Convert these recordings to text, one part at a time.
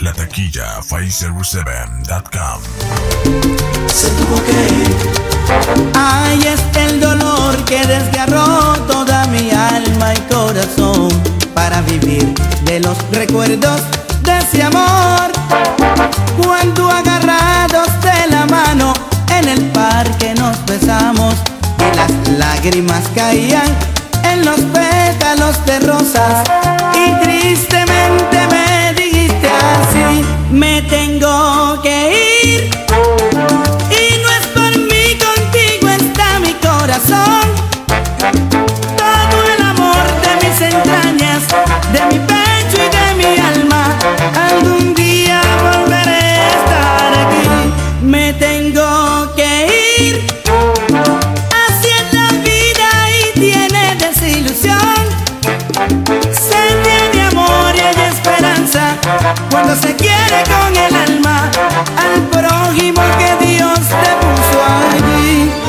La Taquilla 507.com. Se tuvo que ir. Ay, es el dolor que desgarró toda mi alma y corazón para vivir de los recuerdos de ese amor. Cuando agarrados de la mano en el parque nos besamos y las lágrimas caían en los pétalos de rosas y tristemente me dijiste así: me tengo que ir. Y no es por mí, contigo está mi corazón. Todo el amor de mis entrañas, de mi pecho y de mi alma, algún día volveré a estar aquí. Me tengo que ir. Así es la vida y tiene desilusión. Se tiene amor y hay esperanza cuando se quiere con el alma al prójimo que Dios te puso allí.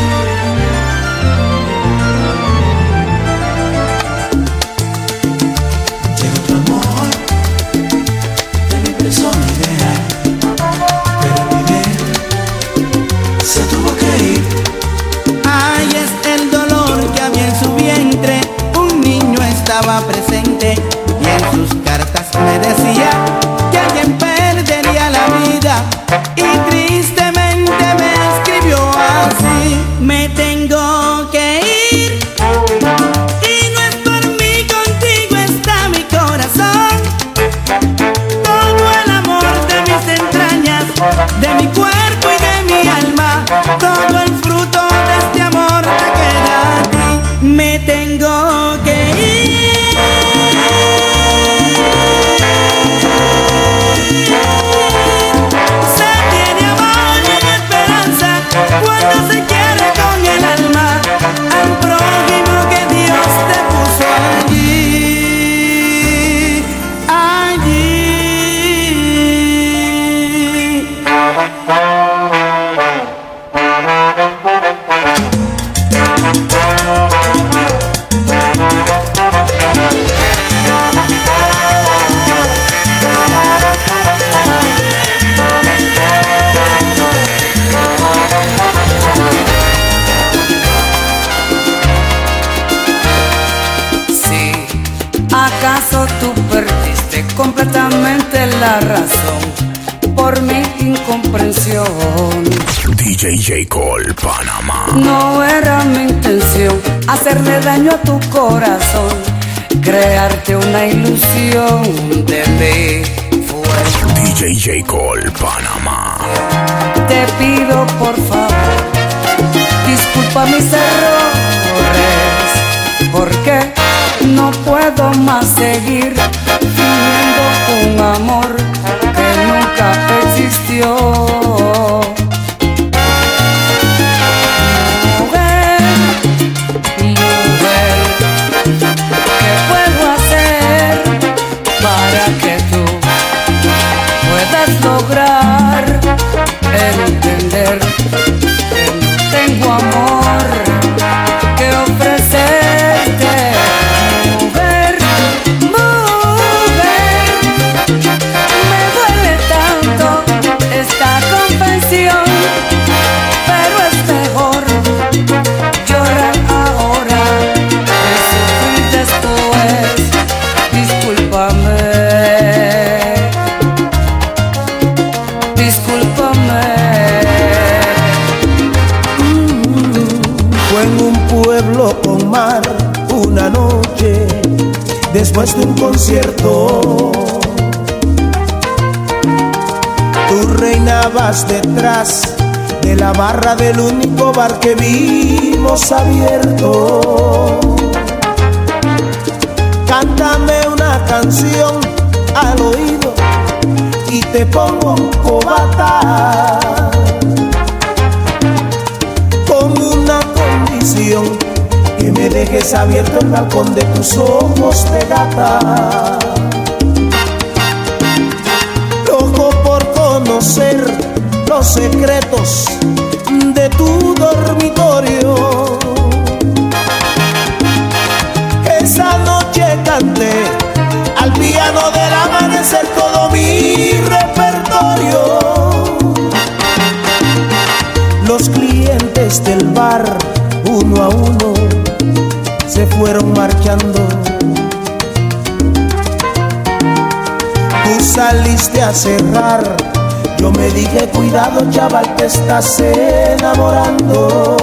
Llegó tu amor de mi persona ideal, pero el vivir se tuvo que ir. Ay, es el dolor que había en su vientre. Un niño estaba presente y en sus cartas me decía que alguien perdería la vida y tristemente me escribió así: me tengo que ir. Y no es por mí, contigo está mi corazón. Todo el amor de mis entrañas, de mi cuerpo y de mi alma, todo el fruto de este amor te queda a ti. Me tengo que ir. Se tiene amor y hay esperanza cuando se quiere con el alma al prójimo que Dios te puso allí. Allí. Sí, ¿acaso tú perdiste completamente la razón por mi incomprensión? DJ J. Cole, Panamá. No era mi intención hacerle daño a tu corazón, crearte una ilusión de mí fue. DJ J. Cole, Panamá. Te pido por favor, disculpa mis errores, porque no puedo más seguir fingiendo un amor que nunca existió. Mujer, ¿qué puedo hacer para que tú puedas lograr entender que no tengo amor que ofrecerte? Mujer, mujer, me duele tanto esta confesión, pero es mejor llorar ahora que sufrir después. Discúlpame, discúlpame. Fue en un pueblo con mar una noche después de un concierto. Tú reinabas detrás de la barra del único bar que vimos abierto. Cántame una canción al oído y te pongo en cobata, con una condición: que me dejes abierto el balcón de tus ojos de gata. Loco por conocer los secretos de tu dormitorio. Esa noche canté al piano del amanecer todo mi repertorio. velorio. Los clientes del bar, uno a uno, se fueron marchando. Tú saliste a cerrar, yo me dije cuidado chaval, te estás enamorando.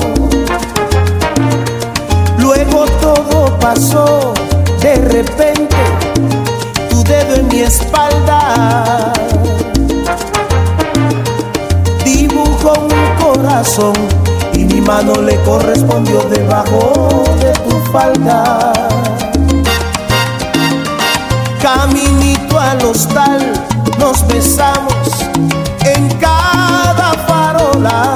Luego todo pasó, de repente, tu dedo en mi espalda dibujó un corazón y mi mano le correspondió debajo de tu falda. Caminito al hostal, nos besamos en cada farola.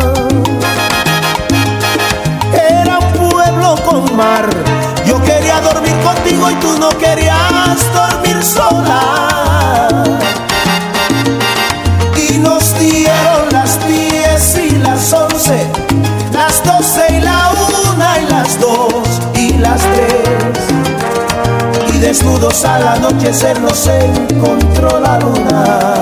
Era un pueblo con mar, yo quería dormir contigo y tú no querías dormir sola. Y nos dieron las 10 y las 11, las 12 y la 1 y las 2 y las 3. Y desnudos al anochecer nos encontró la luna.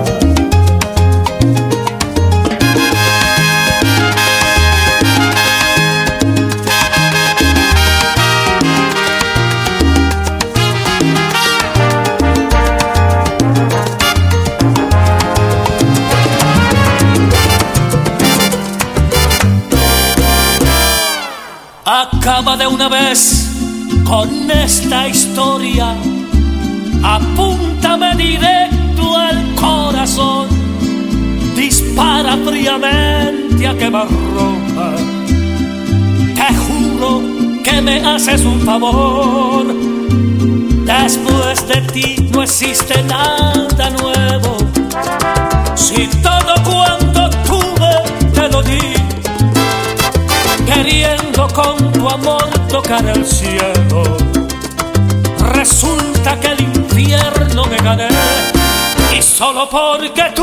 Acaba de una vez con esta historia, apúntame directo al corazón, dispara fríamente a quemarropa. Te juro que me haces un favor, después de ti no existe nada nuevo. Si todo cuanto tuve te lo di, queriendo con tu amor tocar el cielo, resulta que el infierno me gané. Y solo porque tú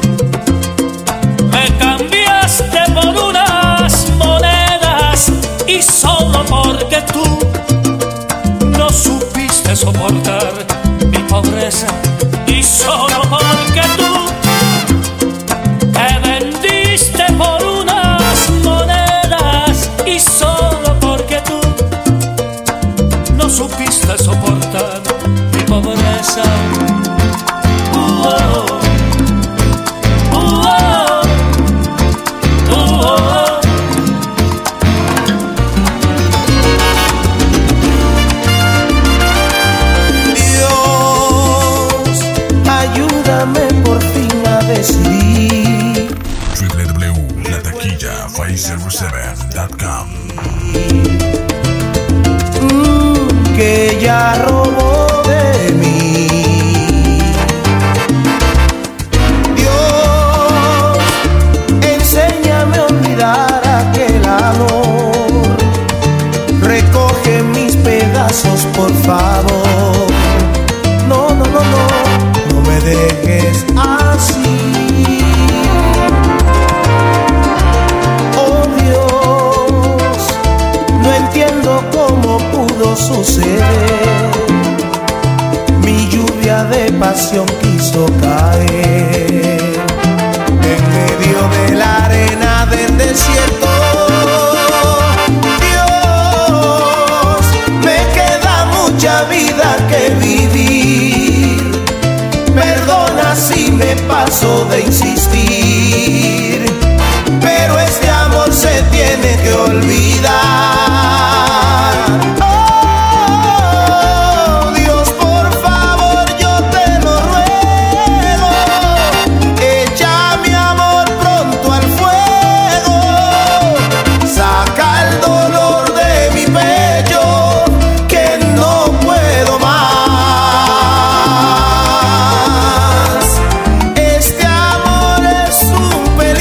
me cambiaste por unas monedas, y solo porque tú no supiste soportar mi pobreza, y solo porque tú te vendiste por unas monedas, y solo porque tú no supiste soportar mi pobreza. Dios, ayúdame por fin a decidir. www.lataquilla507.com Que ella robó de mí. Dios, enséñame a olvidar aquel amor. Recoge mis pedazos, por favor. No, no, no, no, no me dejes así. Oh Dios, no entiendo cómo pudo suceder. Mi lluvia de pasión quiso caer en medio de la arena del desierto. Dios, me queda mucha vida que vivir. Perdona si me paso de insistir, pero este amor se tiene que olvidar. Este amor es un peligro.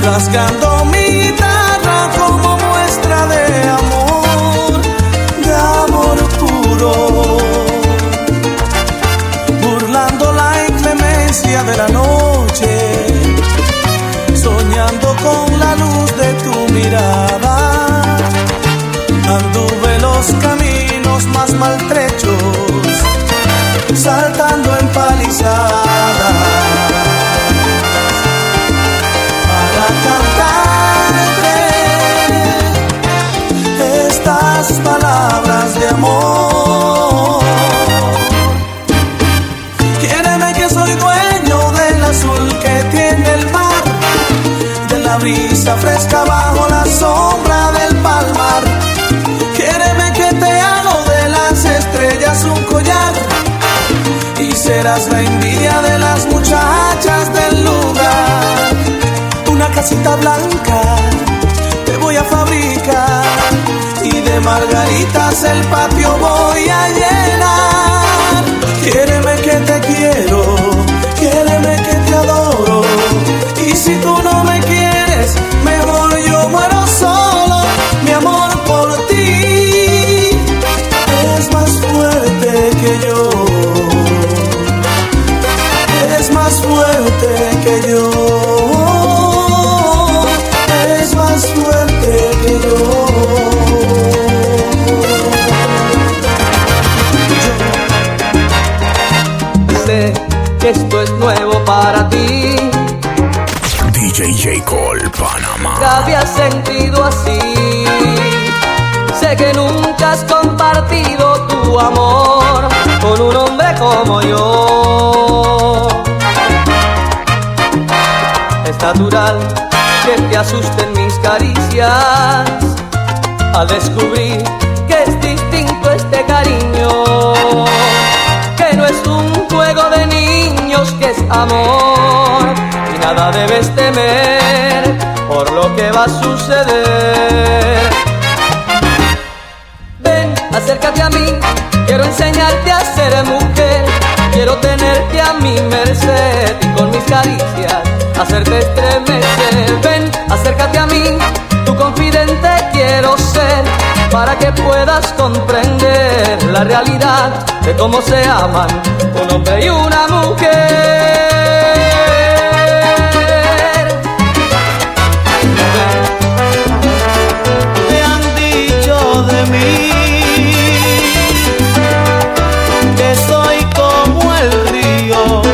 rasgando mi guitarra como muestra de amor puro, burlando la inclemencia de la noche, soñando con la luz de tu mirada. Anduve los caminos más maltrechos, saltando en palizadas, para cantarte estas palabras de amor. Quiéreme que soy dueño del azul que tiene el mar, de la brisa fresca bajo la sombra del palmar. Quiéreme que te hago de las estrellas un collar, y serás la envidia de las muchachas del lugar. Una casita blanca te voy a fabricar, y de margaritas el patio voy a llenar. Quiéreme que te quiero, quiéreme que te adoro, y si tú no me quieres, mejor yo muero solo. Mi amor por ti es más fuerte que yo, es más fuerte que yo, es más fuerte que yo. Sé que esto es nuevo para ti, DJ J. Cole, Panamá. te habías sentido así. Sé que nunca has compartido tu amor con un hombre como yo. Es natural que te asusten mis caricias al descubrir que es distinto este cariño, que no es un juego de niños, que es amor, y nada debes temer por lo que va a suceder. Ven, acércate a mí, quiero enseñarte a ser mujer, quiero tenerte a mi merced y con mis caricias hacerte estremecer. Ven, acércate a mí, tu confidente quiero ser, para que puedas comprender la realidad de cómo se aman un hombre y una mujer. Me han dicho de mí que soy como el río,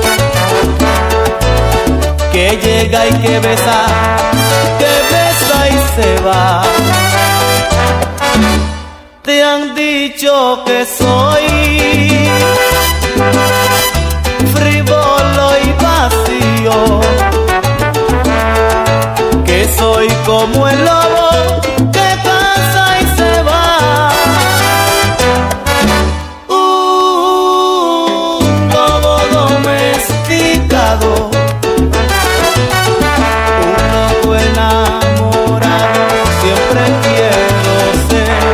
que llega y que besa y se va. Te han dicho que soy frívolo y vacío, que soy como el lobo que pasa y se va. Un lobo domesticado, un lobo enamorado, siempre quiero ser.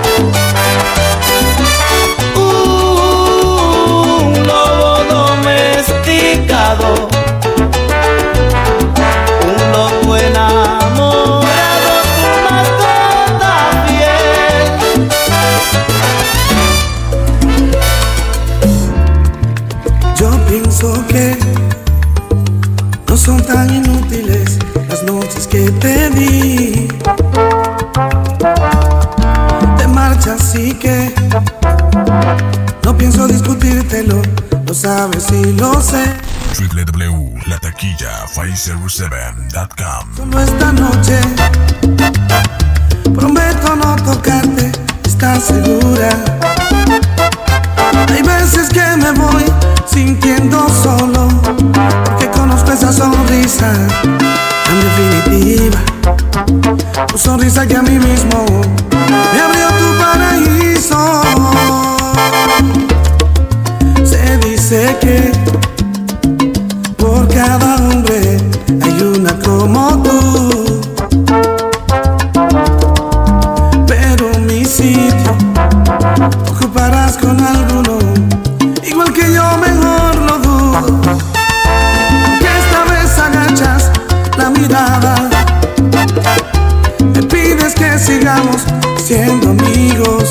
Un lobo domesticado, un lobo enamorado, tu mascota fiel. Yo pienso que no son tan inútiles las noches que te di. Te marchas y que no pienso discutírtelo, lo sabes y lo sé. www.lataquilla507.com. Solo esta noche prometo no tocarte, ¿estás segura? Hay veces que me voy sintiendo solo, porque conozco esa sonrisa tan definitiva, tu sonrisa que a mí mismo me abrió tu paraíso. Se dice que por cada hombre hay una como tú, pero mi sitio ocuparás con alguno, igual que yo, mejor lo dudo, que esta vez agachas la mirada sigamos siendo amigos.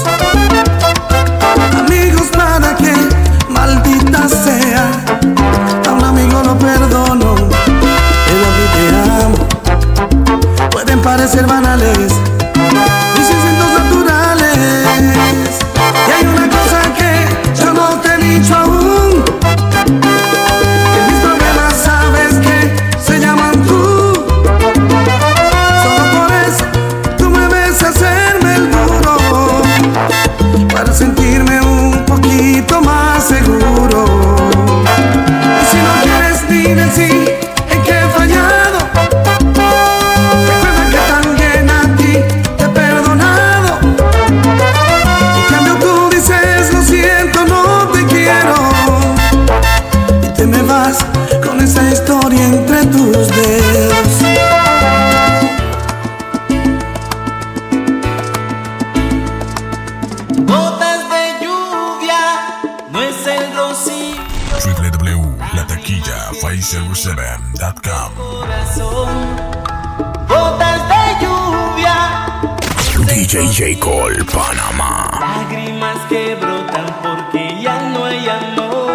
Amigos para que, maldita sea, a un amigo lo perdono, pero a ti te amo. Pueden parecer banales mis instintos naturales. Y hay una cosa que yo no te he dicho aún, que mis problemas sabes que se llaman tú. Solo por eso tú me ves hacerme el duro, para sentirme un poquito más seguro. Y si no quieres ni decir en qué he fallado, recuerda que también a ti te he perdonado. En cambio tú dices lo siento, no te quiero, y te me vas con esa historia entre tus dedos. Gotas de lluvia, no es el rocío. www.lataquilla507.com. Corazón, gotas de lluvia, DJ J. Cole, Panamá. lágrimas que brotan porque ya no hay amor.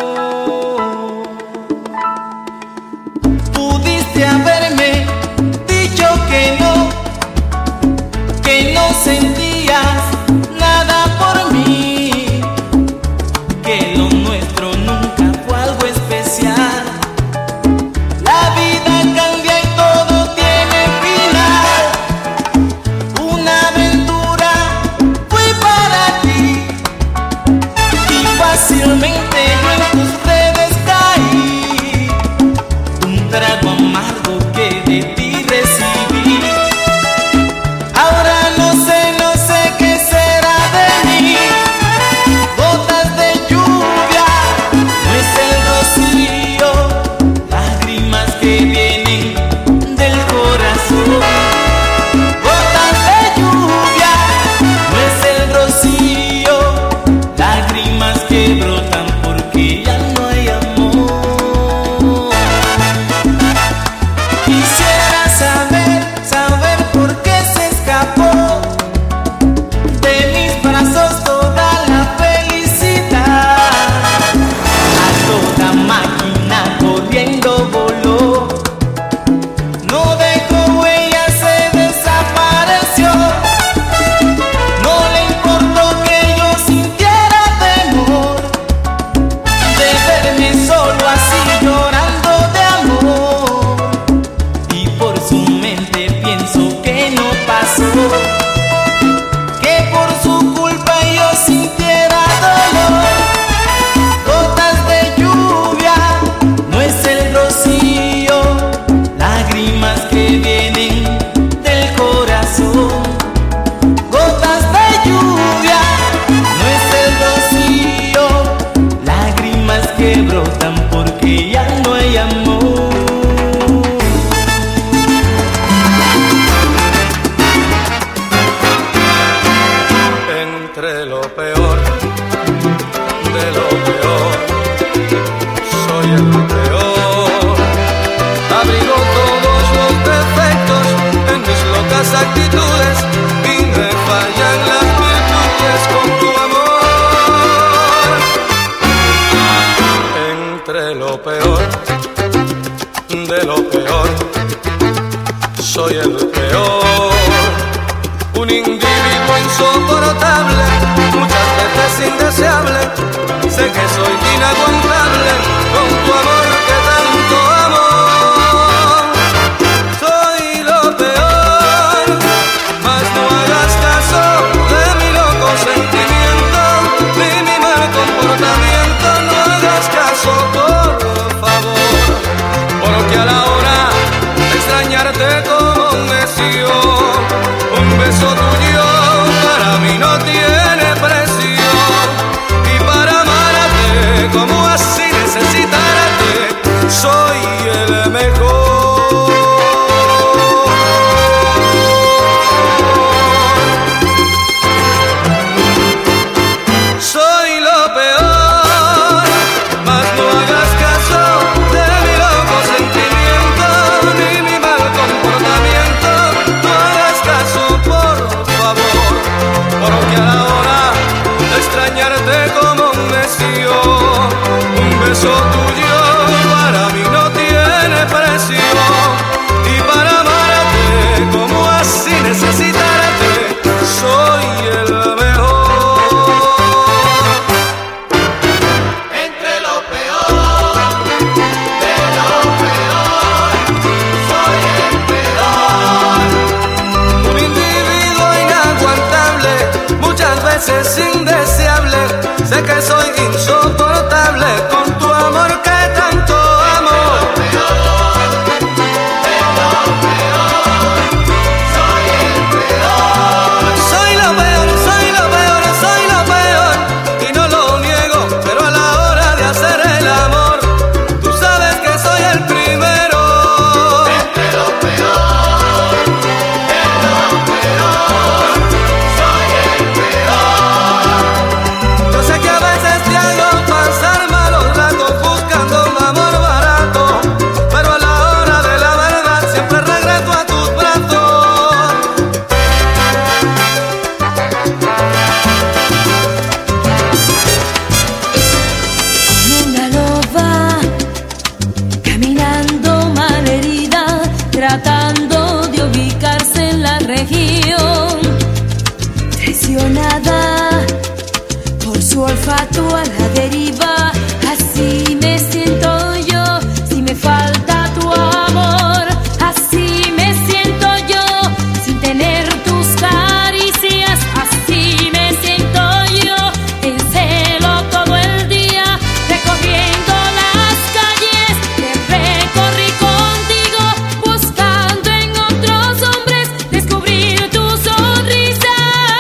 Pudiste haberme dicho que no sentías nada por mí, que lo nuestro nunca fue algo especial. La vida cambia y todo tiene final. Una aventura fue para ti y fácilmente yo en tus redes caí. Un trago amargo que de ti recibí. Ahora no sé qué será de mí. Gotas de lluvia, no es el rocío, lágrimas que vienen del corazón. Gotas de lluvia, no es el rocío, lágrimas que brotan porque ya no hay amor. Quisiera saber por qué se escapó de mis brazos toda la felicidad. A toda máquina corriendo voló, no dejó huella, se desapareció. No le importó que yo sintiera temor de verme solo así llorando de amor. Y por su mente pienso que no pasó, que por su culpa yo sintiera dolor. Gotas de lluvia, no es el rocío, lágrimas que vienen del corazón. Gotas de lluvia, no es el rocío, lágrimas que brotan porque ya no hay amor. Entre lo peor de lo peor, soy el peor. Abrigo todos los defectos en mis locas actitudes y me fallan las virtudes con tu amor. Entre lo peor de lo peor, soy el peor. Un individuo insoportable, muchas veces indeseable. Sé que soy inaguantable con tu amor que tanto amo. Soy lo peor, mas no hagas caso de mi loco sentimiento ni mi mal comportamiento. No hagas caso, por favor, porque a la hora de extrañarte como un necio, un beso tuyo para mí no tiene precio. Y para amarte como así necesitarte, soy el mejor. Soy lo peor, mas no hagas caso de mi loco sentimiento ni mi mal comportamiento. No hagas caso, por felicitarte, soy el mejor. Entre lo peor, de lo peor, soy el peor. Un individuo inaguantable, muchas veces indeseable. Sé que soy insoportable con tu amor que tanto amo. Soy lo peor, soy lo peor, soy lo peor. Y no lo niego, pero a la hora de hacer el amor, tú sabes que soy el primero. Entre lo peor, de lo peor, soy el peor. Yo sé que a veces te hago pasar malos ratos buscando un amor barato, pero a la hora de la verdad siempre regreso a tus brazos. Una loba caminando malherida, tratando de ubicarse en la región, traicionada por su olfato a la deriva. Así me siento yo, si me falta tu amor. Así me siento yo, sin tener tus caricias. Así me siento yo, en celo todo el día, recorriendo las calles que recorrí contigo, buscando en otros hombres descubrir tu sonrisa.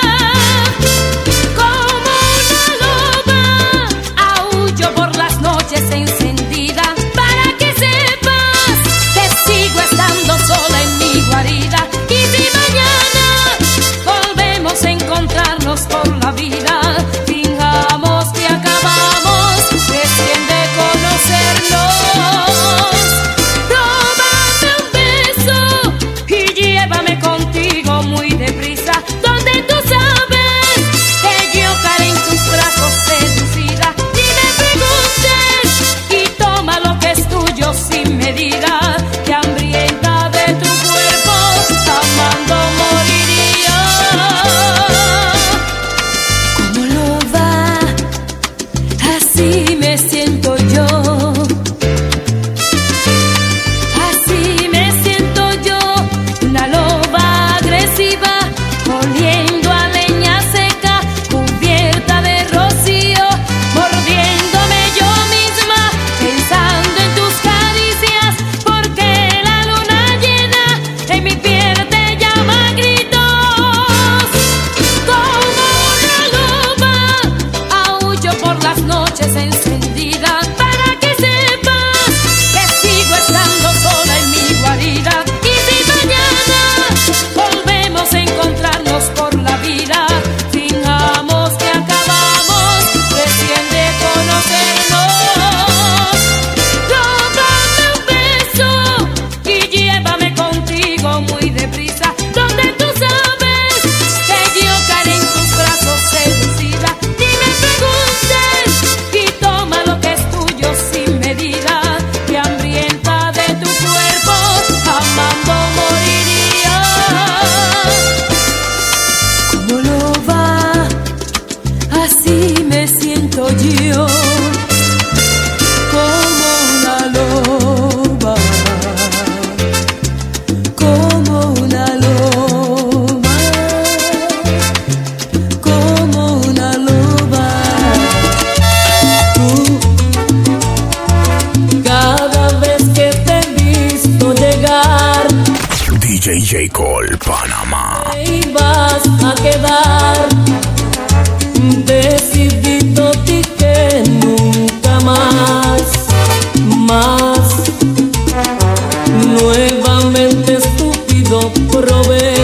Como una loba, aúllo por las noches encendida, para que sepas que sigo estando sola en mi guarida. Y si mañana volvemos a encontrarnos por la vida, fijamos que acabamos recién de conocernos. Róbame un beso y llévame contigo muy deprisa, donde tú sabes que yo caeré en tus brazos seducida. Ni me preguntes y toma lo que es tuyo sin medida, que hambrienta de tu cuerpo, amando moriría. Como loba, así me siento yo. Así me siento yo, una loba agresiva, oliendo a leña seca, cubierta de rocío, mordiéndome yo misma, pensando en tus caricias, porque la luna llena en mi piel te llama a gritos. Como una loba, aúllo por las noches encendida, para que sepas que sigo estando sola en mi guarida. Y si mañana volvemos a encontrarnos por la vida, fijamos que acabamos recién de conocernos. Róbame un beso y llévame contigo muy deprisa, donde tú sabes que yo caeré en tus brazos seducida. Ni me preguntes y toma lo que es tuyo sin medida, que hambrienta de tu cuerpo, amando moriría. Como loba, así me siento yo. Como una loba, como una loba, como una loba. Tú, cada vez que te he visto llegar, DJ J. Cole, Panamá. te ibas a quedar. Decidito ti que nunca más, más. Nuevamente estúpido probé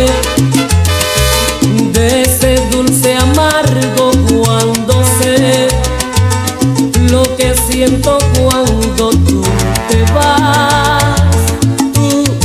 de ese dulce amargo cuando sé lo que siento cuando tú te vas. Tú,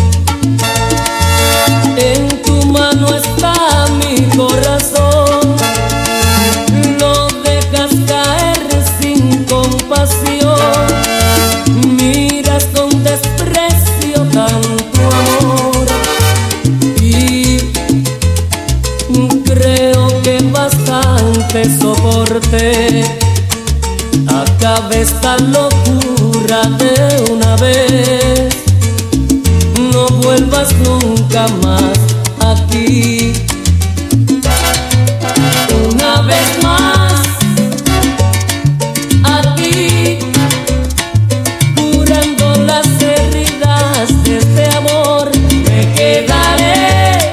en tu mano está mi corazón, lo dejas caer sin compasión, miras con desprecio tanto amor y esta locura de una vez. No vuelvas nunca más aquí. Una vez más aquí, curando las heridas de este amor. Me quedaré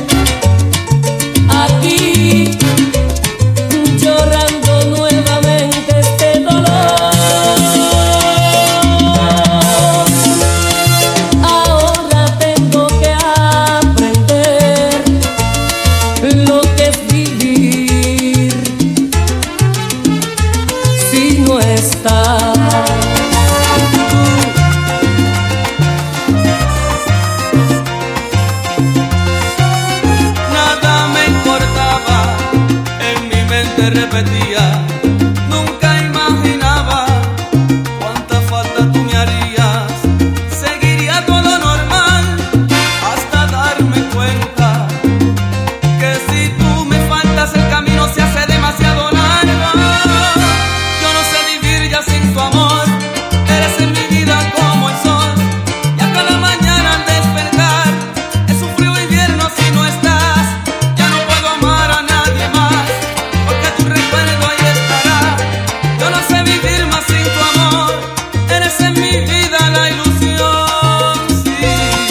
aquí, llorando nuevamente este dolor. Ahora tengo que aprender lo que es vivir si no estás tú. Nada me importaba, en mi mente repetía, nunca imaginaba cuánta falta tú me harías. Seguiría todo normal hasta darme cuenta que si tú me faltas el camino se hace demasiado largo. Yo no sé vivir ya sin tu amor, eres en mi vida como el sol. Y a cada mañana al despertar es un frío invierno si no estás. Ya no puedo amar a nadie más, porque tu recuerdo ahí estará. Yo no sé vivir más sin tu amor, eres en mi vida la ilusión, sí.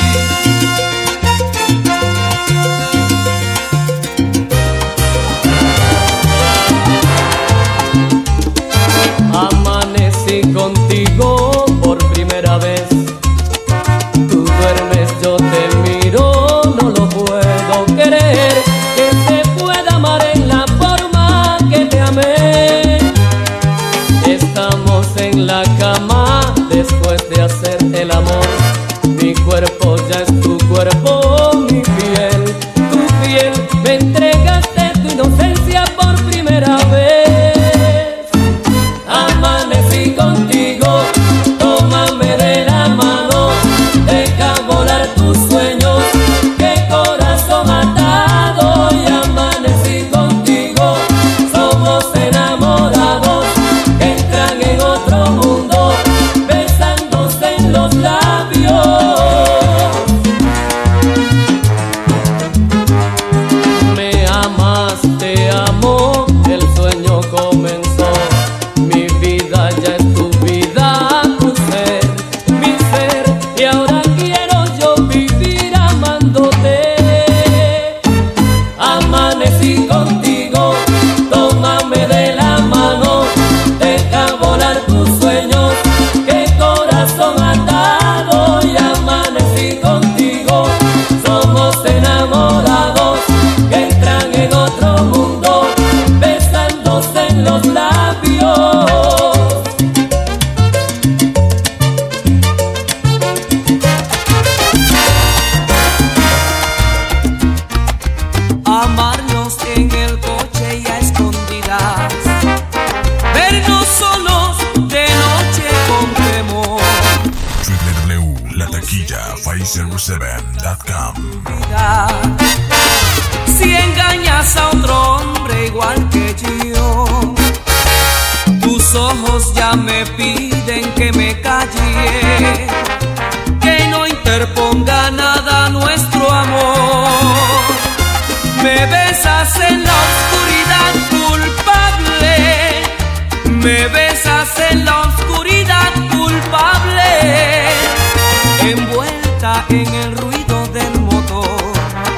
Amanecí contigo por primera vez. Tú duermes, yo te miro, no lo puedo creer, que se pueda amar en la forma que te amé. Estamos en la cama después de hacer el amor. Mi cuerpo ya es tu cuerpo, mi piel, tu piel. Me entregaste tu inocencia por primera vez. Amanecí contigo, tómame de la mano, deja volar tus sueños, qué corazón atado. Y amanecí contigo, somos enamorados, que entran en otro mundo, besándose en los labios. Me amas, te amo, el sueño comenzó. Mi vida ya es tu vida, tu ser, mi ser. Y ahora quiero yo vivir amándote. Amanecí contigo, tómame de la mano, deja volar tus sueños, qué corazón atado. Y amanecí contigo, somos enamorados, que entran en otro mundo, besándose en los labios. Amarnos en el coche y a escondidas, vernos solos de noche con temor. www.lataquilla507.com. Si engañas a otro hombre igual que yo, tus ojos ya me piden que me calle, que no interponga nada nuestro amor. Me besas en la oscuridad culpable, me besas en la oscuridad culpable, envuelta en el ruido del motor.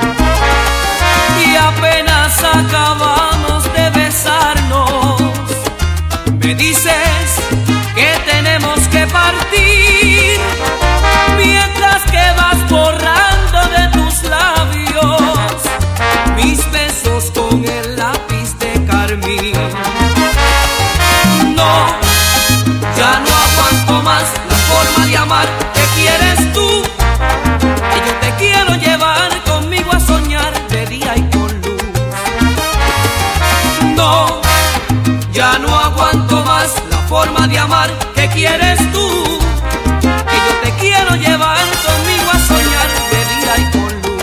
Y apenas acabamos de besarnos, me dices que tenemos que partir, mientras que vas borrando de tus labios mis besos con el lápiz de carmín. No, ya no aguanto más la forma de amar que quieres tú, que yo te quiero llevar conmigo a soñar de día y con luz. No, ya no aguanto más la forma de amar que quieres tú, que yo te quiero llevar conmigo a soñar de día y con luz.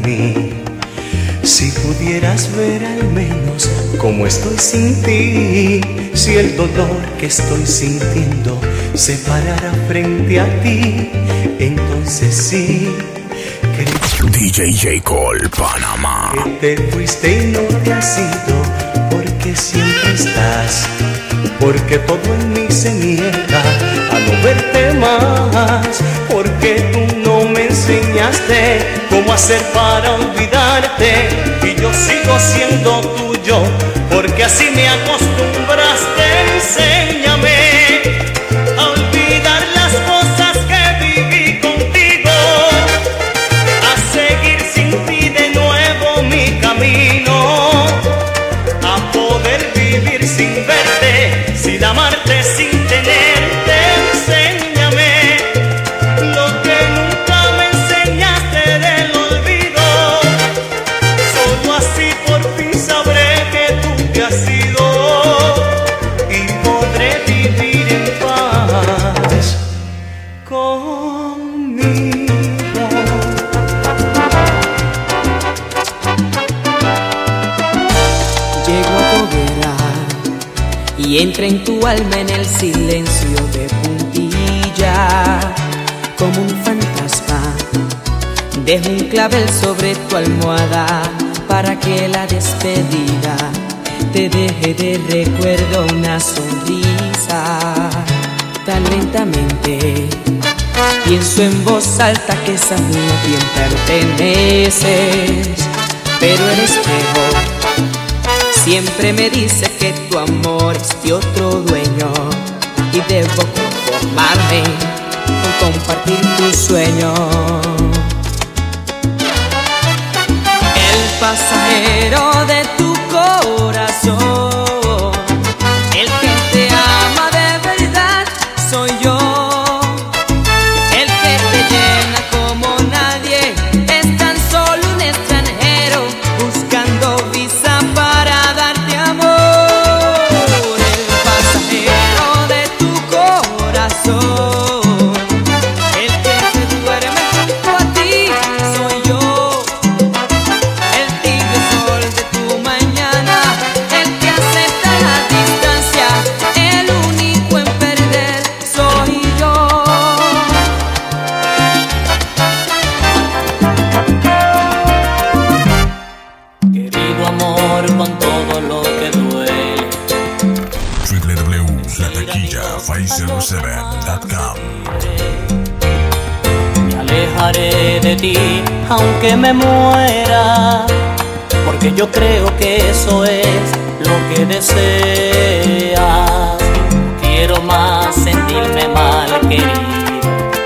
mí. Si pudieras ver al menos cómo estoy sin ti, si el dolor que estoy sintiendo se parara frente a ti, entonces sí crees DJ J. Cole, Panamá. que te fuiste y no te has ido, porque siempre estás, porque todo en mí se niega a no verte más, porque tú no me enseñaste cómo hacer para olvidarte, y yo sigo siendo tuyo, porque así me acostumbraste. Enséñame a olvidar las cosas que viví contigo, a seguir sin ti de nuevo mi camino, a poder vivir sin verte, sin amarte, sin tenerte. Enséñame lo que nunca me enseñaste del olvido, solo así por fin sabré que tú te has ido y podré vivir en paz conmigo. Llego a tu hoguera y entra en tu alma en el silencio de puntilla. Como un fantasma, dejo un clavel sobre tu almohada para que la despedida te deje de recuerdo una sonrisa. Tan lentamente pienso en voz alta que sabes a quién perteneces, pero el espejo siempre me dice que tu amor es de otro dueño y debo conformarme con compartir tu sueño. El pasajero de tu corazón, el que te ama de verdad soy yo, el que te llena como nadie, es tan solo un extranjero buscando visa para darte amor. El pasajero de tu corazón, el que se duerme junto a ti soy yo, el tibio sol de tu mañana, el que acepta la distancia, el único en perder soy yo. Querido amor, con todo lo que duele, www.lataquilla507.com. me alejaré de ti aunque me muera, porque yo creo que eso es lo que deseas. No quiero más sentirme mal querido,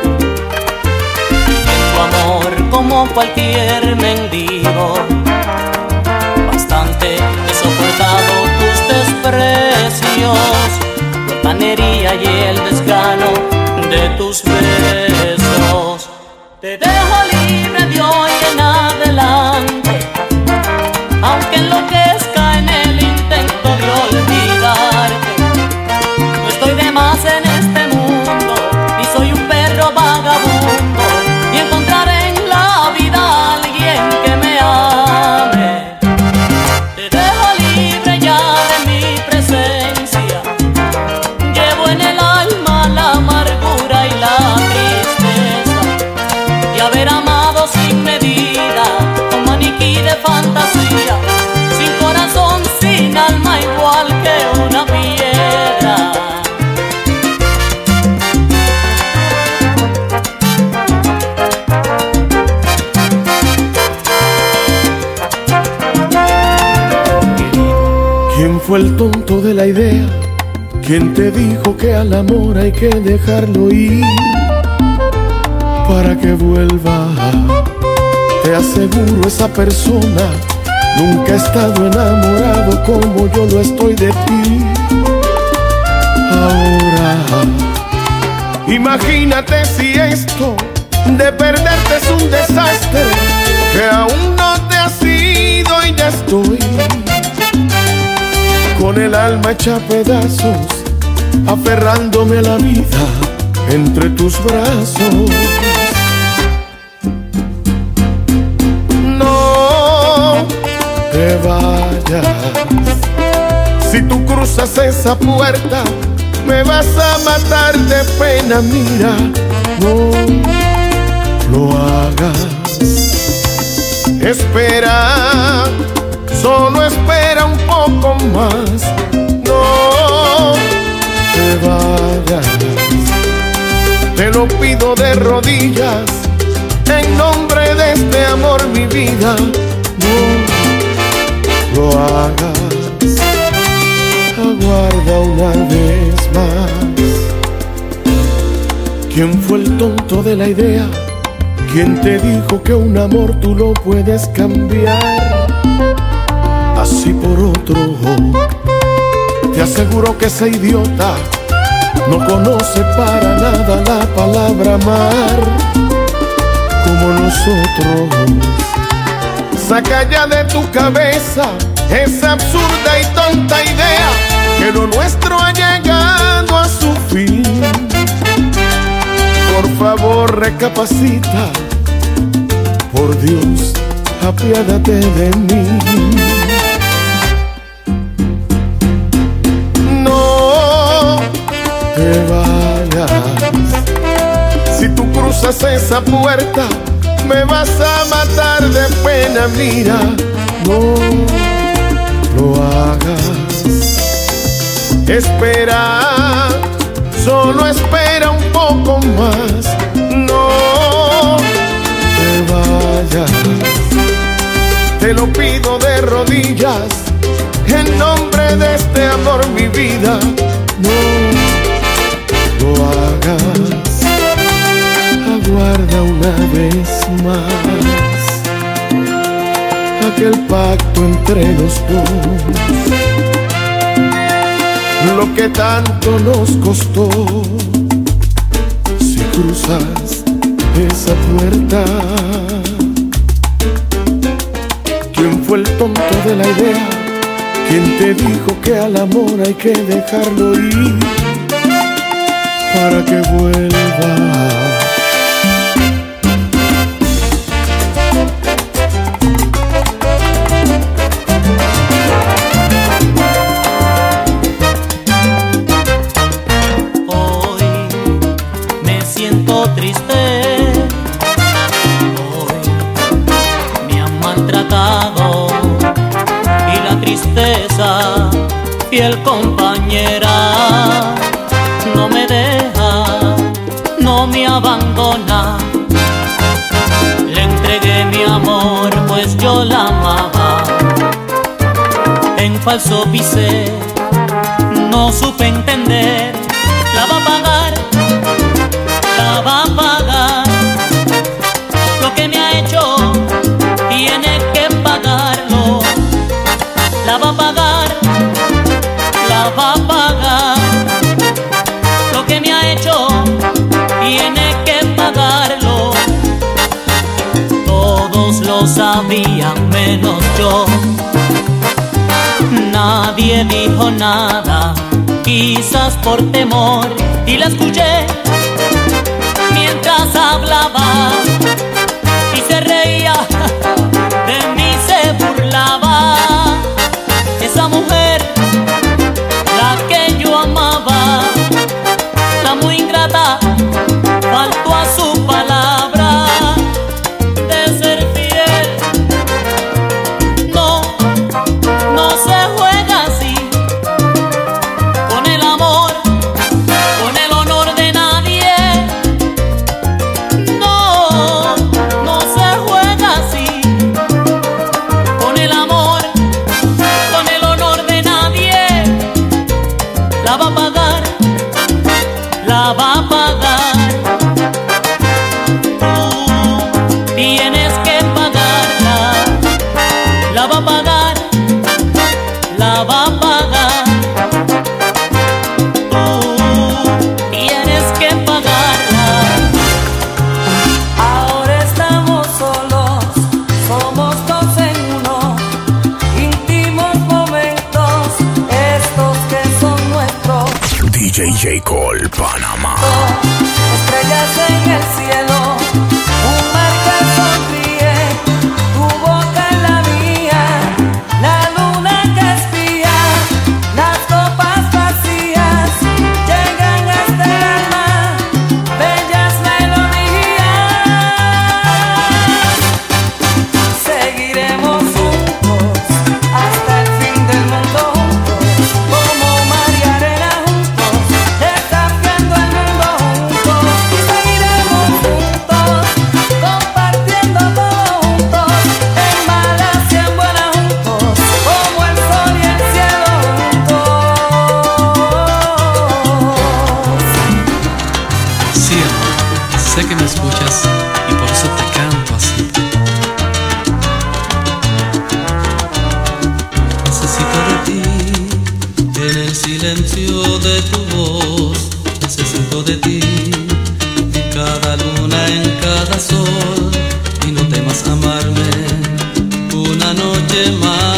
en tu amor como cualquier mendigo. Bastante he soportado tus desprecios, la panería y el desgano de tus besos. Te dejo libre de hoy en adelante, aunque enloquezca en el intento de olvidarte. No estoy de más en este mundo, ni soy un perro vagabundo, y encontraré en la vida a alguien que me ame. Te dejo libre ya de mi presencia, llevo en el alma la amargura y la tristeza de haber amado sin medida, un maniquí de fantasía, sin corazón, sin alma, igual que una piedra. ¿Quién fue el tonto de la idea? ¿Quién te dijo que al amor hay que dejarlo ir para que vuelva? Te aseguro, esa persona nunca ha estado enamorado como yo lo estoy de ti. Ahora, imagínate si esto de perderte es un desastre, que aún no te has ido y ya estoy con el alma hecha pedazos, aferrándome a la vida entre tus brazos. No vayas. Si tú cruzas esa puerta, me vas a matar de pena, mira, no lo hagas. Espera, solo espera un poco más, no te vayas. Te lo pido de rodillas, en nombre de este amor, mi vida, no lo hagas. Aguarda una vez más. ¿Quién fue el tonto de la idea? ¿Quién te dijo que un amor tú lo puedes cambiar así por otro? Te aseguro que ese idiota no conoce para nada la palabra amar como nosotros. Saca ya de tu cabeza esa absurda y tonta idea que lo nuestro ha llegado a su fin. Por favor, recapacita, por Dios, apiádate de mí. No te vayas. Si tú cruzas esa puerta, me vas a matar de pena, mira, no lo hagas. Espera, solo espera un poco más, no te vayas. Te lo pido de rodillas, en nombre de este amor, mi vida, no lo hagas. Aguarda una vez más aquel pacto entre los dos, lo que tanto nos costó. Si cruzas esa puerta, ¿quién fue el tonto de la idea? ¿Quién te dijo que al amor hay que dejarlo ir para que vuelva? Fiel compañera, no me deja, no me abandona. Le entregué mi amor, pues yo la amaba. En falso pisé, no supe entender. La va a pagar, la va a pagar. Lo que me ha hecho, tiene que pagarlo. La va a pagar, la va a pagar. Lo que me ha hecho, tiene que pagarlo. Todos lo sabían menos yo. Nadie dijo nada, quizás por temor, y la escuché mientras hablaba y se reía de mí, se burlaba. Esa mujer, la que yo amaba, la muy ingrata, faltó a su palabra de ser fiel. No, no se juega así con el amor, con el honor de nadie. No, no se juega así con el amor, con el honor de nadie. La va a pagar, la va a pagar. Tú tienes que pagarla. La va a pagar, la va a pagar. Tú tienes que pagarla. Ahora estamos solos, somos dos en uno. Íntimos momentos, estos que son nuestros. DJ J. Cole, Panamá. Estrellas en el cielo, un mar que sonríe, tu boca en la mía, la luna noche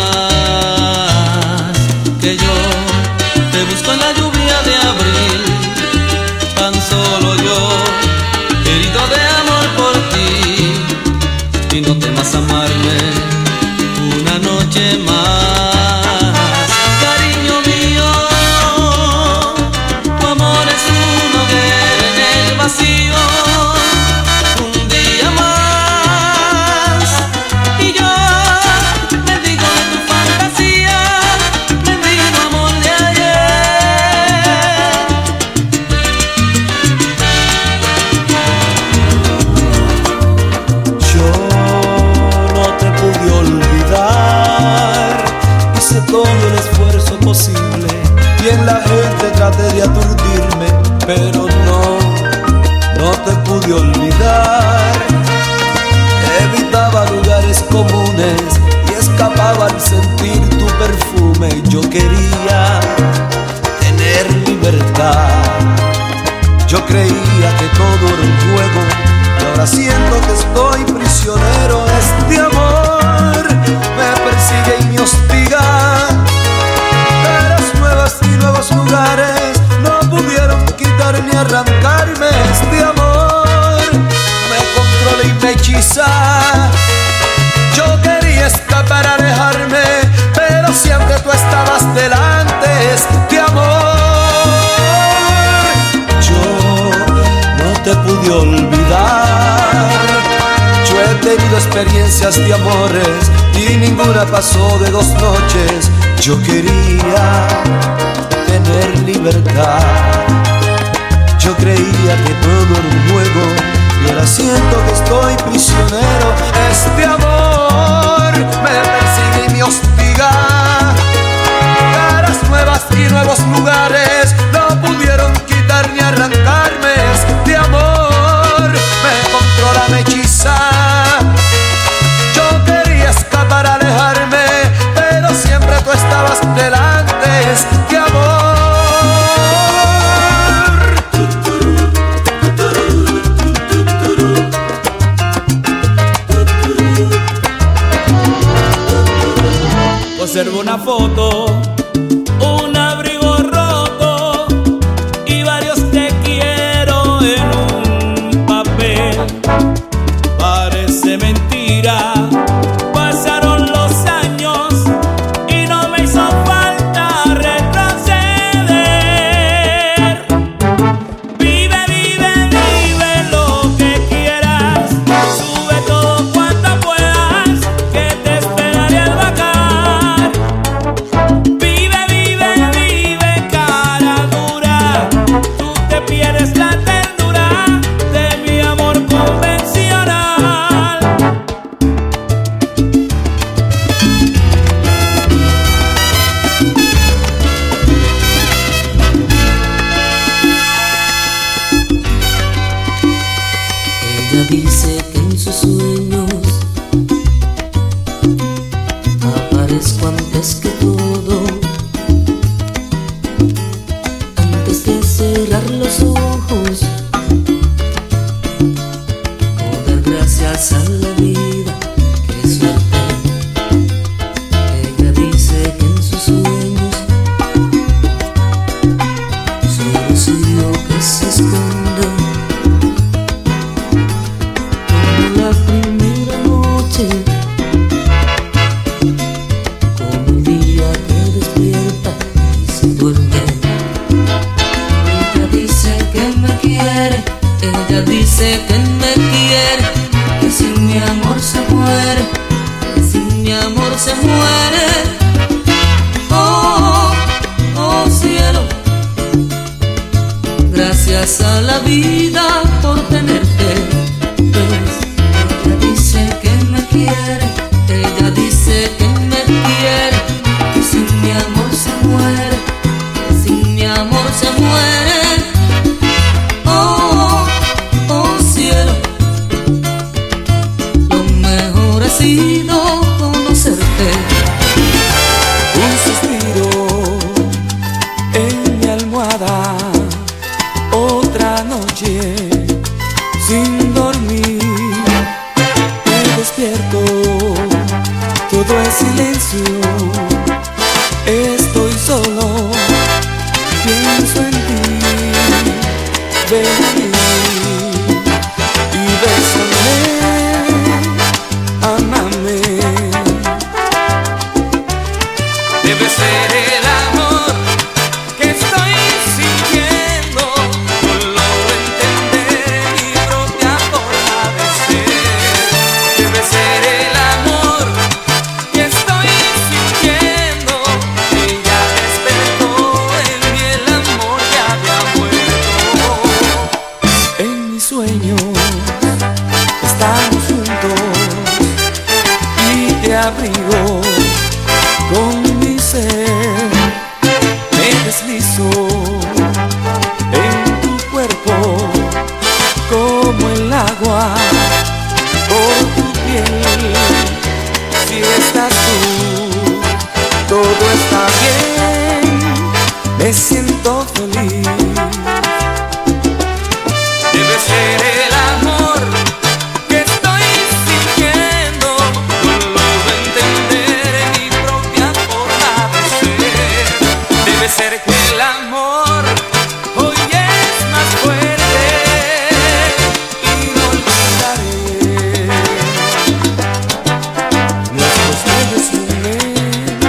más, que yo te busco en la lluvia de abril, tan solo yo, herido de amor por ti, y no temas amarme una noche más. Cariño mío, tu amor es una hoguera en el vacío, un día más, y yo bendigo de tu fantasía, bendigo amor de ayer. Yo no te pude olvidar, hice todo el esfuerzo posible y en la gente traté de aturdirme, pero no te pude olvidar. Evitaba lugares comunes y escapaba al sentir tu perfume. Yo quería tener libertad, yo creía que todo era un juego, y ahora siento que estoy prisionero. Este amor me persigue y me hostiga. Caras nuevas y nuevos lugares no pudieron quitar ni arrancarme. Este amor me controla y me hechiza. Yo quería escapar, alejarme, pero siempre tú estabas delante. Este amor yo no te pude olvidar. Yo he tenido experiencias de amores y ninguna pasó de 2 noches. Yo quería tener libertad, yo creía que todo era un juego y ahora siento que estoy prisionero. Este amor me persigue y me hostiga. Caras nuevas y nuevos lugares no pudieron quitar ni arrancarme. Este amor me controla, me hechiza. Yo quería escapar, alejarme, pero siempre tú estabas delante. Este amor observo una foto, un abrigo roto y varios te quiero en un papel. Parece mentira, pasaron los años y no me hizo falta retroceder. Vive, vive, vive lo que quieras, sube todo cuanto puedas, que te esperaré al bajar. Vive, vive, vive, cara dura, tú te pierdes la ternura de mi amor convencional. Ella dice que en sus sueños aparezco antes que todo, antes de cerrar los ojos, o dar gracias a la vida, qué suerte. Ella dice que en sus sueños soy rocío que se esconde como la primera noche, como el día que despierta y se duerme. Ella dice que me quiere, ella dice que me quiere, que sin mi amor se muere, que sin mi amor se muere. Oh, oh cielo, gracias a la vida por tenerte. Ella dice que me quiere, ella dice que me quiere, que sin mi amor se muere, que sin mi amor se muere. Oh, oh cielo, lo mejor ha sido conocerte. un suspiro en mi almohada, otra noche silencio, estoy solo, pienso en ti, ven y bésame, ámame. Debe ser el amor que estoy sintiendo, no logro entender mi propia forma de ser. Debe ser el amor que estoy sintiendo, ella despertó en mí el amor ya había muerto. En mis sueños estamos juntos y te abrigo con mi ser, me deslizo en tu cuerpo como el agua por tu piel. Si estás tú, todo está bien, me siento feliz. Debe ser el amor que estoy sintiendo, no logro entender mi propia forma de ser. Debe ser que el amor hoy es más fuerte y no olvidaré nuestros bellos momentos.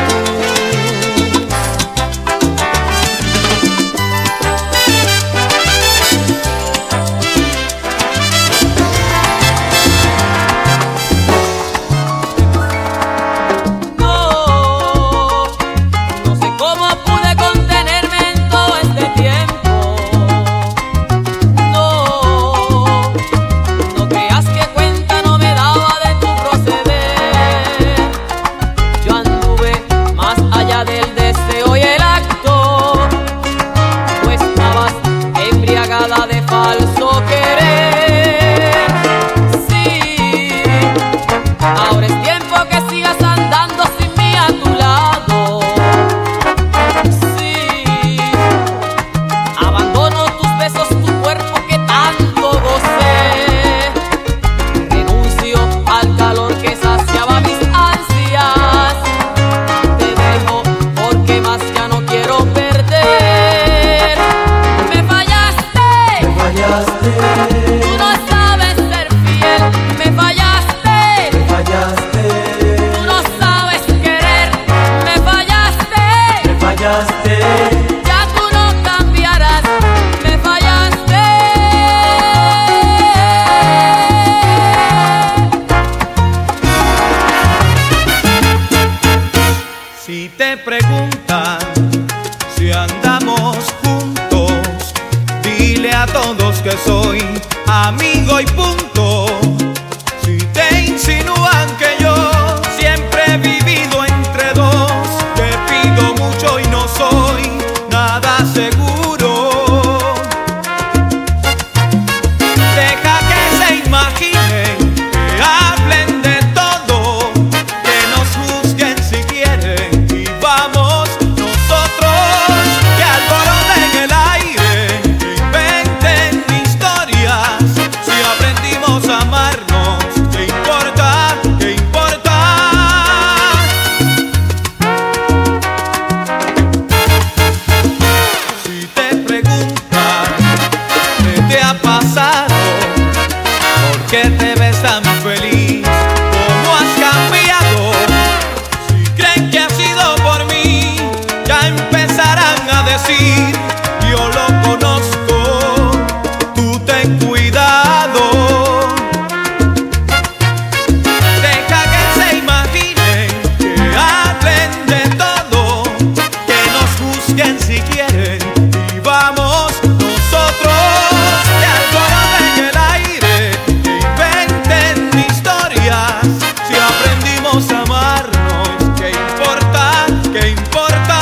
No sé cómo pude contenerme en todo este tiempo. No creas que cuenta no me daba de tu proceder. Yo anduve más allá del deseo y el acto. Tú estabas embriagada de falso querer. Sí, ahora es tiempo que sigas andando sin mí a tu lado. Sí, abandono tus besos, tu cuerpo que tanto gocé. Renuncio al calor que saciaba mis ansias. Te dejo porque más ya no quiero perder. Me fallaste, tú no sabes ser fiel. Me fallaste, tú no sabes querer. Me fallaste, ya tú no cambiarás. Me fallaste. Si te preguntan si andamos juntos, dile a todos que soy amigo y punto. Si te insinúan que yo siempre he vivido entre dos, te pido mucho y no soy nada seguro. Deja que se imaginen, que hablen de todo, que nos juzguen si quieren y vamos nosotros, que alboroten el aire, que inventen historias. Si aprendimos a amarnos, ¿qué importa? ¿Qué importa? Si te preguntan qué te ha pasado, ¿por qué te ves tan feliz? ¿Cómo has cambiado? Si creen que ha sido por mí, ya empezarán a decir: yo lo conozco, tú ten cuidado. Deja que se imaginen, que hablen de todo, que nos juzguen si quieren y vamos nosotros, que alboroten el aire, que inventen historias. Si aprendimos a amarnos, ¿qué importa? ¿Qué importa?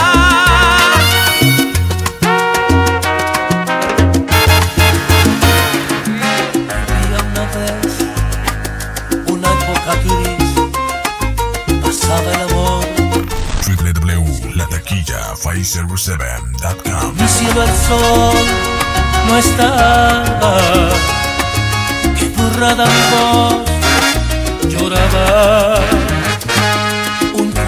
Había una vez una época gris, pasaba el amor. www.lataquilla507.com. Mi cielo al sol no estaba, que borrada mi voz lloraba. Un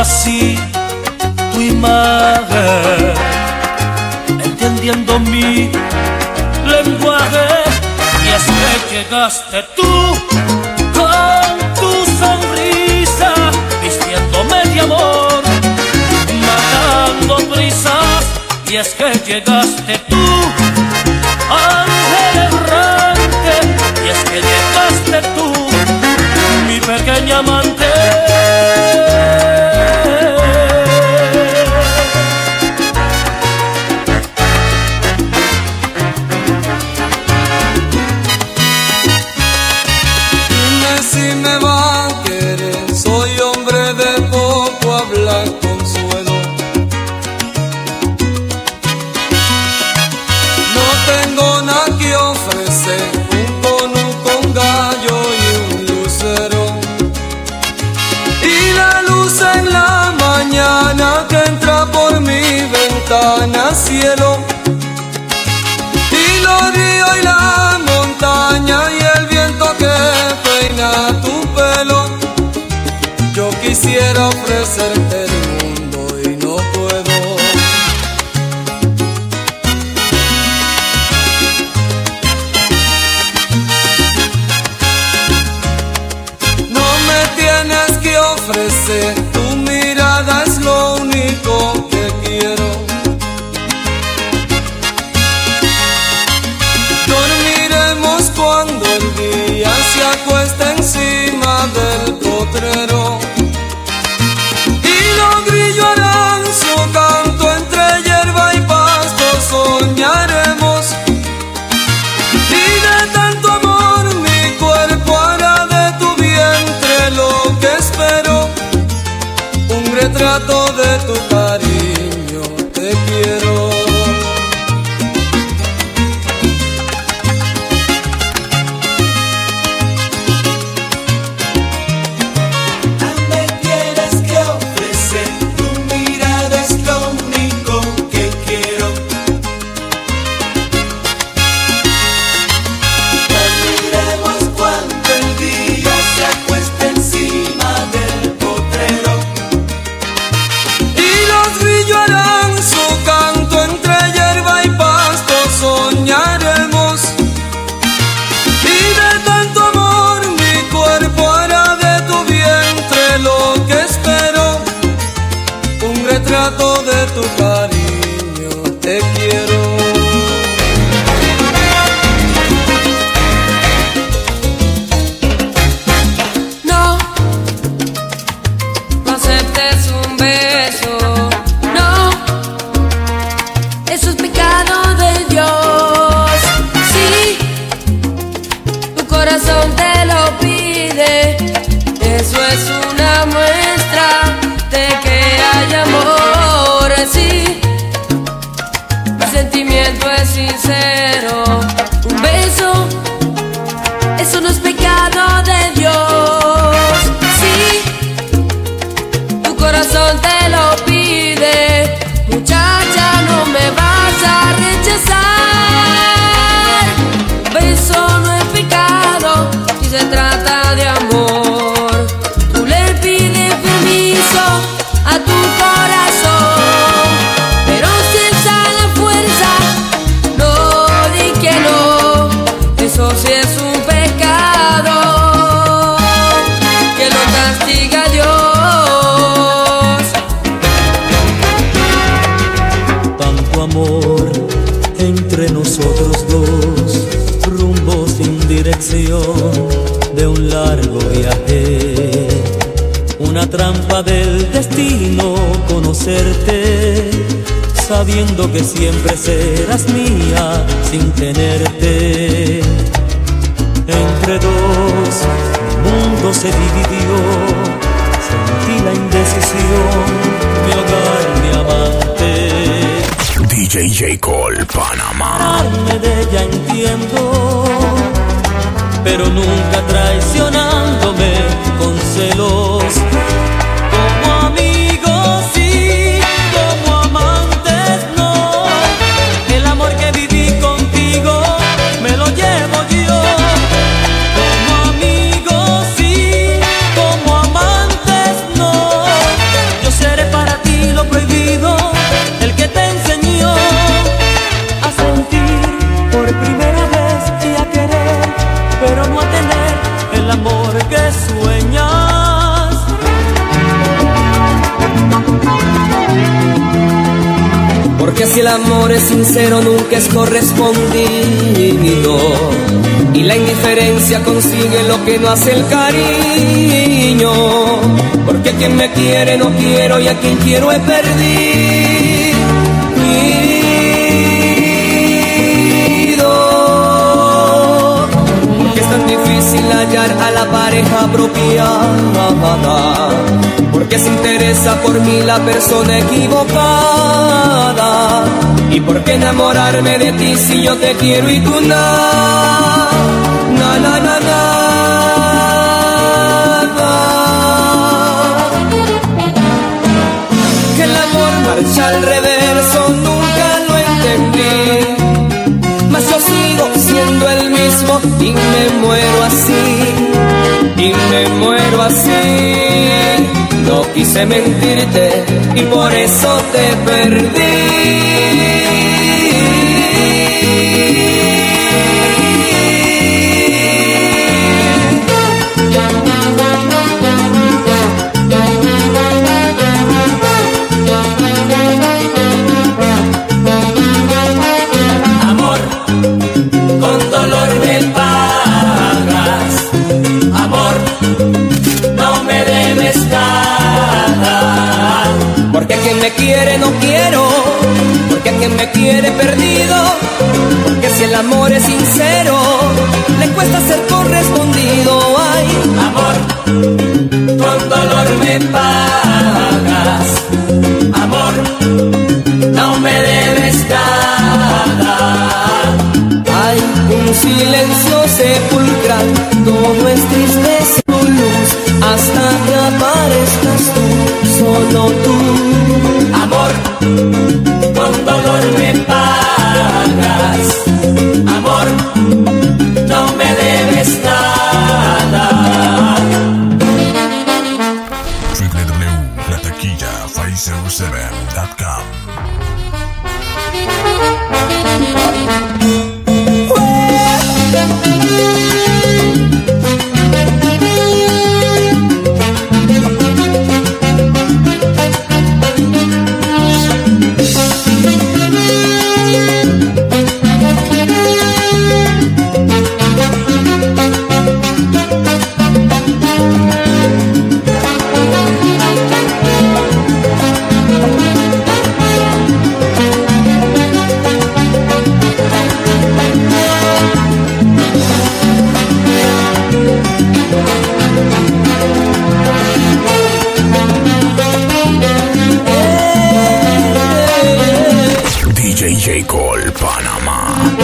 así tu imagen, entendiendo mi lenguaje. Y es que llegaste tú con tu sonrisa, vistiéndome de amor, matando prisas. Y es que llegaste tú, ángel errante. Y es que llegaste tú, mi pequeña amante. Dime si me va a querer, soy hombre de poco hablar, consuelo. No tengo nada que ofrecer, un cono con gallo y un lucero. Y la luz en la mañana que entra por mi ventana, cielo. Y los ríos y la montaña y el viento que peina tu pelo. Yo quisiera ofrecerte el mundo y no puedo. No me tienes que ofrecer, tu mirada es lo único que quiero. Dormiremos cuando el día se acuesta encima del potrero. Y los grillos harán su canto entre hierba y pasto, soñaremos. Y de tanto amor mi cuerpo hará de tu vientre lo que espero. Un retrato de tu cariño, te quiero. Retrato de tu cariño, te quiero. No, no aceptes un beso. No, eso es pecado de Dios. Sí, tu corazón te lo pide. Eso es una muestra de que hay amor. Sí, mi sentimiento es sincero. Un beso, eso no es pecado de Dios. Sí, tu corazón te lo pide. Muchacha, no me vas a rechazar. Un beso no es pecado si se trata de amor. Tú le pides permiso a tu corazón. Eso sí es un pecado que lo castiga Dios. Tanto amor entre nosotros dos, rumbo sin dirección de un largo viaje. Una trampa del destino conocerte, sabiendo que siempre serás mía sin tenerte. Entre dos, mi mundo se dividió, sentí la indecisión, mi hogar, mi amante. DJ J. Cole, Panamá. Hablarme de ella entiendo, pero nunca traicionándome con celos. Como amigos sí, como amantes no. El amor que viví contigo me lo llevo yo. Como amigos sí, como amantes no. Yo sé Porque si el amor es sincero nunca es correspondido, y la indiferencia consigue lo que no hace el cariño. Porque quien me quiere no quiero y a quien quiero he perdido. Porque es tan difícil hallar a la pareja apropiada, porque se interesa por mí la persona equivocada. ¿Y por qué enamorarme de ti si yo te quiero y tú nada? Que el amor marcha al reverso nunca lo entendí, mas yo sigo siendo el mismo y me muero así, y me muero así. No quise mentirte y por eso te perdí. Amor, con dolor me pagas. Amor, no me debes nada. Porque a quien me quiere no quiero, porque a quien me quiere perdido. Porque si el amor es sincero, le cuesta ser correspondido. Ay, amor, con dolor me pagas. Amor, no me debes nada. Hay un silencio sepulcral, todo es tristeza, tu luz, hasta que aparezcas tú, solo tú. Amor, con dolor me pagas. Amor, no me debes nada. www.lataquilla507.com. DJ Cole, Panamá.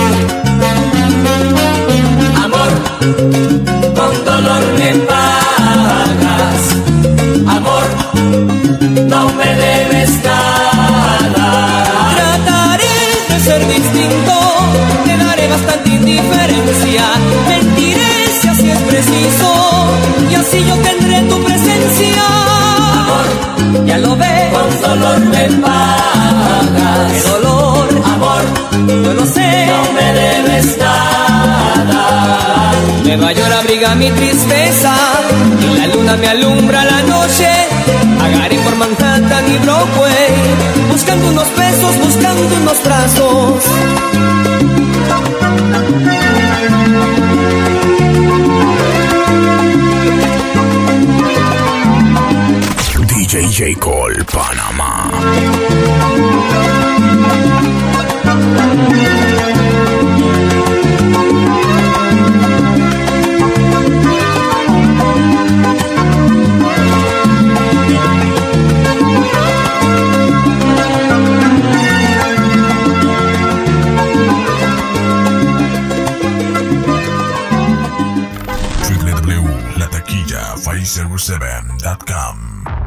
Amor, con dolor me pagas. Amor, no me debes nada. Trataré de ser distinto, te daré bastante indiferencia. Mentiré si así es preciso, y así yo tendré tu presencia. Amor, ya lo ves, con dolor me pagas. Qué dolor, amor, yo lo sé, no me debes nada. Nueva York abriga mi tristeza y la luna me alumbra la noche. Vagaré por Manhattan y Broadway, buscando unos besos, buscando unos brazos. DJ Cole, Panamá. www.lataquilla507.com.